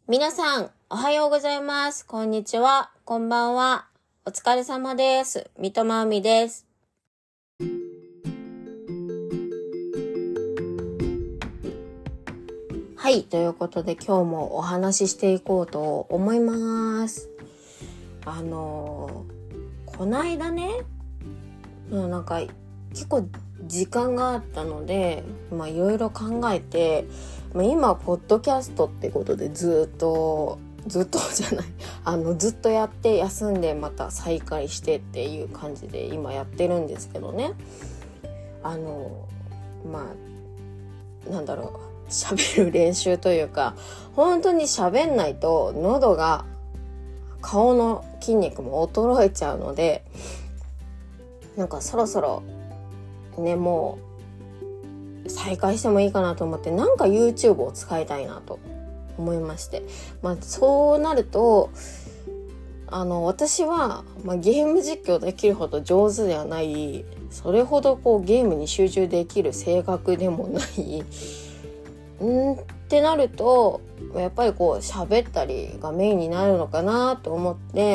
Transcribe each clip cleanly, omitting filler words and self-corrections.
皆さん、おはようございます。こんにちは。こんばんは。お疲れ様です。三笘海です。はい、ということで今日もお話ししていこうと思います。こないだね、なんか結構時間があったので、いろいろ考えて、今ポッドキャストってことでずっとじゃないずっとやって休んでまた再開してっていう感じで今やってるんですけどね。喋る練習というか、本当に喋んないと喉が、顔の筋肉も衰えちゃうので、そろそろね、もう再開してもいいかなと思って、YouTube を使いたいなと思いまして、そうなると私は、ゲーム実況できるほど上手ではない、それほどゲームに集中できる性格でもないってなると、やっぱり喋ったりがメインになるのかなと思って、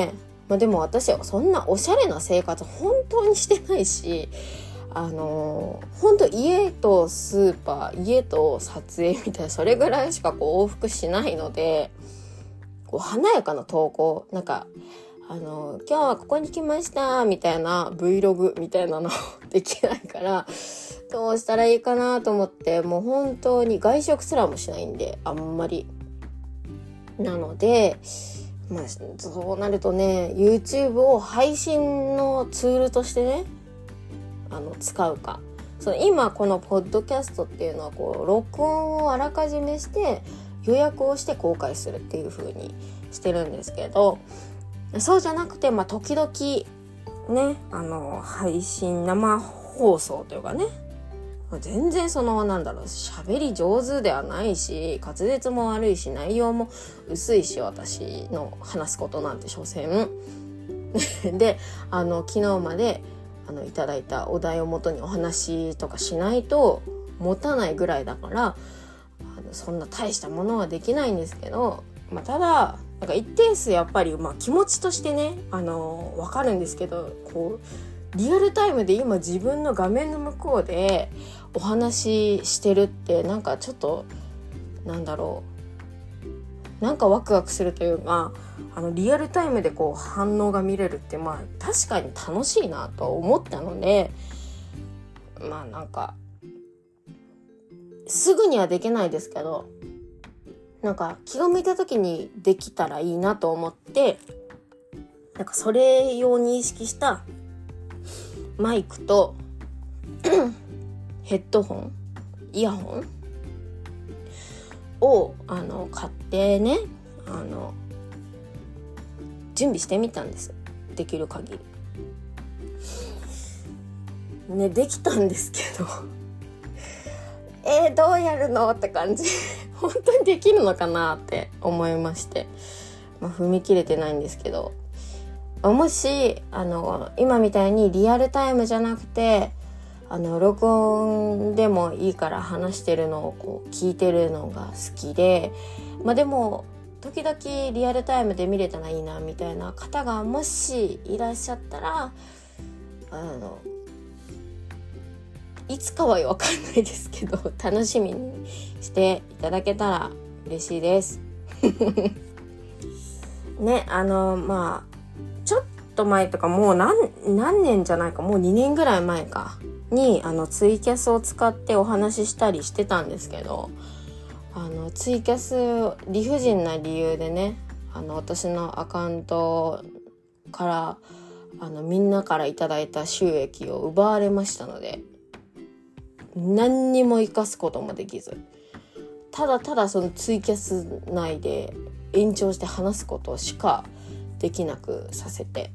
でも私はそんなおしゃれな生活本当にしてないし、本当家とスーパー、家と撮影みたいな、それぐらいしか往復しないので、華やかな投稿、今日はここに来ましたみたいな Vlog みたいなのできないから、どうしたらいいかなと思って、もう本当に外食すらもしないんで、あんまり。なので、そうなるとね、YouTube を配信のツールとしてね、使うか。今このポッドキャストっていうのは録音をあらかじめして予約をして公開するっていう風にしてるんですけど、そうじゃなくて時々ね、配信生放送というかね、全然喋り上手ではないし、滑舌も悪いし、内容も薄いし、私の話すことなんて所詮で、昨日までいただいたお題をもとにお話とかしないと持たないぐらいだから、そんな大したものはできないんですけど、ただ一定数やっぱり気持ちとしてね、わかるんですけど、リアルタイムで今自分の画面の向こうでお話ししてるって、ちょっとワクワクするというか、リアルタイムで反応が見れるって確かに楽しいなと思ったので、すぐにはできないですけど、気が向いた時にできたらいいなと思って、それ用に意識したマイクとヘッドホン、イヤホンを買ってね、準備してみたんです。できる限りね、できたんですけどどうやるのって感じ本当にできるのかなって思いまして、踏み切れてないんですけど、もし今みたいにリアルタイムじゃなくて録音でもいいから話してるのを聞いてるのが好きで、でも時々リアルタイムで見れたらいいなみたいな方がもしいらっしゃったら、いつかは分かんないですけど、楽しみにしていただけたら嬉しいですね。ちょっと前とか、もう何年じゃないか、もう2年ぐらい前かにツイキャスを使ってお話ししたりしてたんですけど、ツイキャス理不尽な理由でね、私のアカウントからみんなからいただいた収益を奪われましたので、何にも活かすこともできず、ただただそのツイキャス内で延長して話すことしかできなくさせて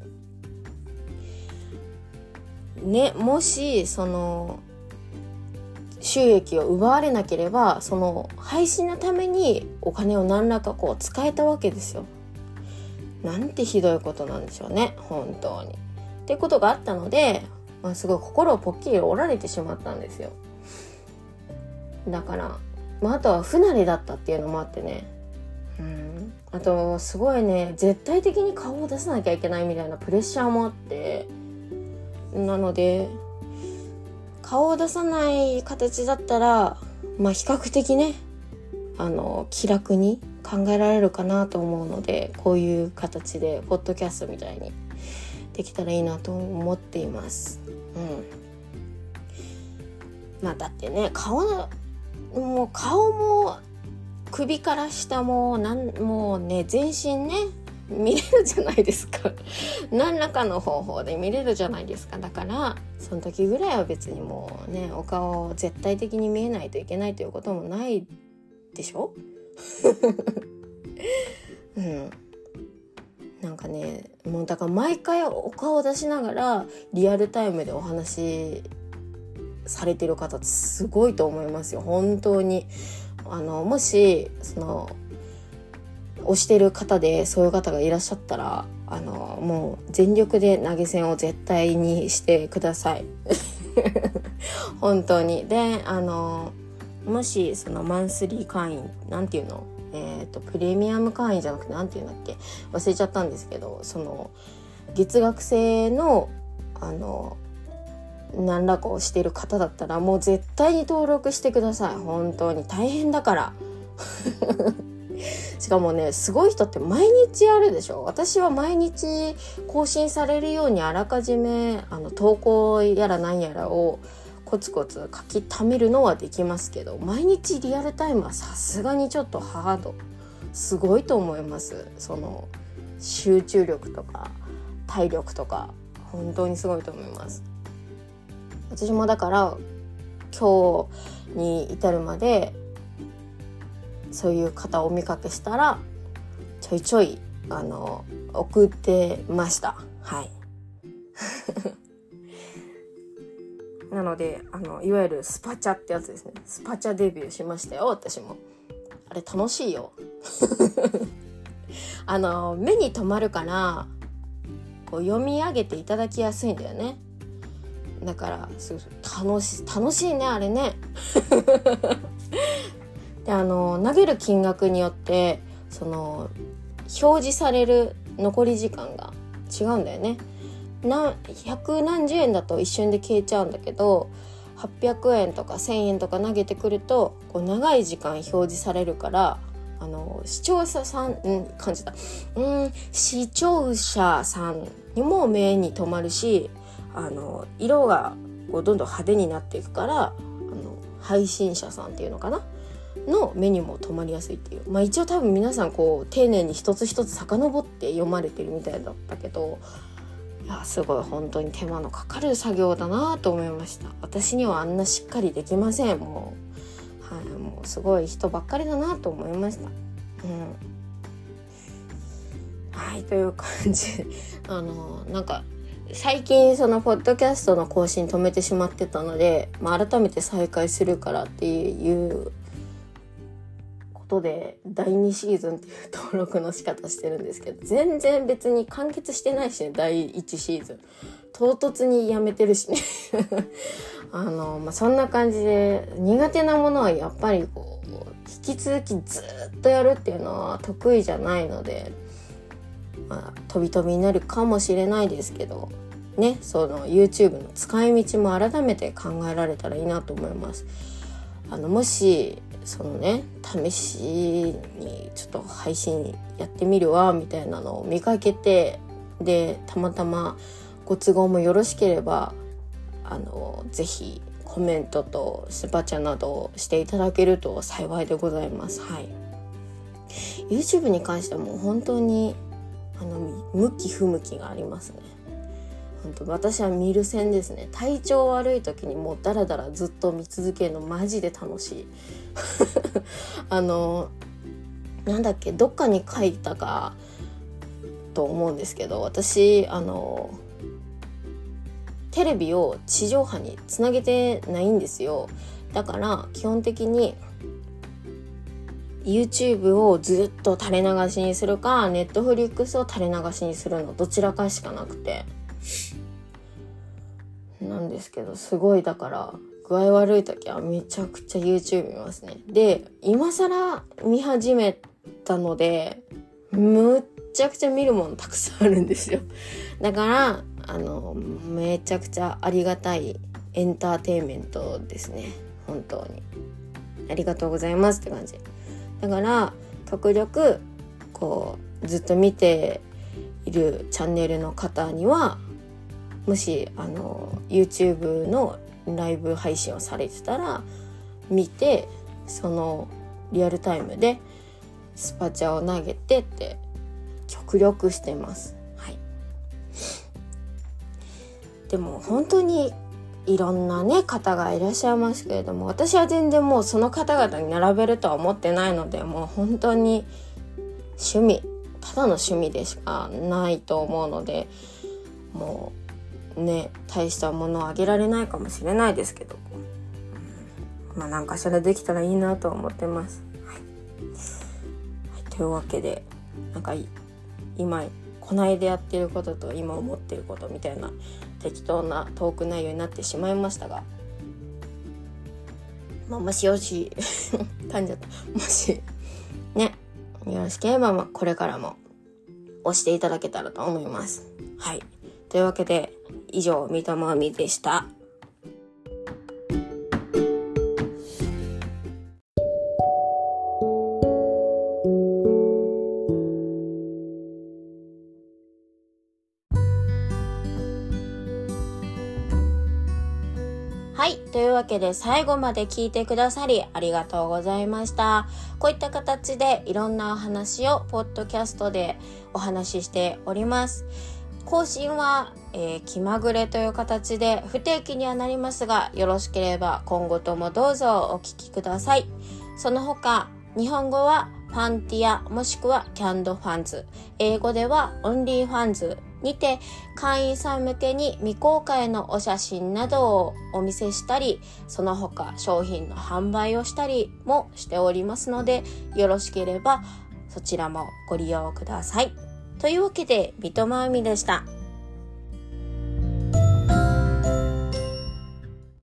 ね。もしその収益を奪われなければ、その配信のためにお金を何らか使えたわけですよ。なんてひどいことなんでしょうね、本当にってことがあったので、すごい心をポッキリ折られてしまったんですよ。だから、あとは不慣れだったっていうのもあってね、 あとすごいね、絶対的に顔を出さなきゃいけないみたいなプレッシャーもあって、なので顔を出さない形だったら比較的ね気楽に考えられるかなと思うので、こういう形でポッドキャストみたいにできたらいいなと思っています。だってね、顔も首から下ももうね、全身ね見れるじゃないですか何らかの方法で見れるじゃないですか。だからその時ぐらいは別にもうね、お顔を絶対的に見えないといけないということもないでしょなんかね、もうだから毎回お顔を出しながらリアルタイムでお話されてる方ってすごいと思いますよ、本当に。もし推してる方でそういう方がいらっしゃったらもう全力で投げ銭を絶対にしてください本当に。でもしマンスリー会員なんていうの、プレミアム会員じゃなくてなんていうんだっけ、忘れちゃったんですけど、月額制の何らかをしている方だったらもう絶対に登録してください。本当に大変だからしかもね、すごい人って毎日やるでしょ。私は毎日更新されるようにあらかじめ投稿やら何やらをコツコツ書き溜めるのはできますけど、毎日リアルタイムはさすがにちょっとハードすごいと思います。集中力とか体力とか本当にすごいと思います。私もだから今日に至るまでそういう方をお見かけしたらちょいちょい送ってました。はいなのでいわゆるスパチャってやつですね。スパチャデビューしましたよ、私も。あれ楽しいよ目に留まるからこう読み上げていただきやすいんだよね。だから楽しいね、あれねで投げる金額によって表示される残り時間が違うんだよね。百何十円だと一瞬で消えちゃうんだけど、800円とか1000円とか投げてくるとこう長い時間表示されるから、視聴者さんにも目に留まるし、色がこうどんどん派手になっていくから配信者さんっていうのかなの目にも留まりやすいっていう、一応多分皆さんこう丁寧に一つ一つ遡って読まれてるみたいだったけど、いやすごい本当に手間のかかる作業だなと思いました。私にはあんなしっかりできません。もうすごい人ばっかりだなと思いました。はいという感じでなんか最近ポッドキャストの更新止めてしまってたので、改めて再開するからっていうことで第2シーズンっていう登録の仕方してるんですけど、全然別に完結してないしね。第1シーズン唐突にやめてるしねそんな感じで苦手なものはやっぱりこう引き続きずっとやるっていうのは得意じゃないので、飛び飛びになるかもしれないですけどね、YouTube の使い道も改めて考えられたらいいなと思います。もし試しにちょっと配信やってみるわみたいなのを見かけて、でたまたまご都合もよろしければぜひコメントとスパチャなどしていただけると幸いでございます。はい。YouTube に関してはもう本当に向き不向きがありますね。本当私は見る線ですね。体調悪い時にもうダラダラずっと見続けるのマジで楽しいなんだっけ、どっかに書いたかと思うんですけど、私テレビを地上波につなげてないんですよ。だから基本的に YouTube をずっと垂れ流しにするか Netflix を垂れ流しにするのどちらかしかなくてなんですけど、すごいだから具合悪い時はめちゃくちゃ YouTube 見ますね。で今更見始めたので、むっちゃくちゃ見るものたくさんあるんですよ。だからめちゃくちゃありがたいエンターテインメントですね。本当にありがとうございますって感じ。だから極力こうずっと見ているチャンネルの方には、もしYouTube のライブ配信をされてたら見て、そのリアルタイムでスパチャを投げてって極力してます。はい。でも本当にいろんなね方がいらっしゃいますけれども、私は全然もうその方々に並べるとは思ってないので、もう本当にただの趣味でしかないと思うので、もうね大したものをあげられないかもしれないですけど、なんかしらできたらいいなと思ってます。はい、というわけで、なんか今この間やってることと今思ってることみたいな適当なトーク内容になってしまいましたが、もし噛んじゃった。もしねよろしければ、これからも押していただけたらと思います。はい。というわけで、以上、三田まみでした。はい。というわけで最後まで聞いてくださりありがとうございました。こういった形でいろんなお話をポッドキャストでお話ししております。更新は、気まぐれという形で不定期にはなりますが、よろしければ今後ともどうぞお聞きください。その他、日本語はファンティアもしくはキャンドファンズ、英語ではオンリーファンズにて会員さん向けに未公開のお写真などをお見せしたり、その他商品の販売をしたりもしておりますので、よろしければそちらもご利用ください。というわけで、三戸まみでした。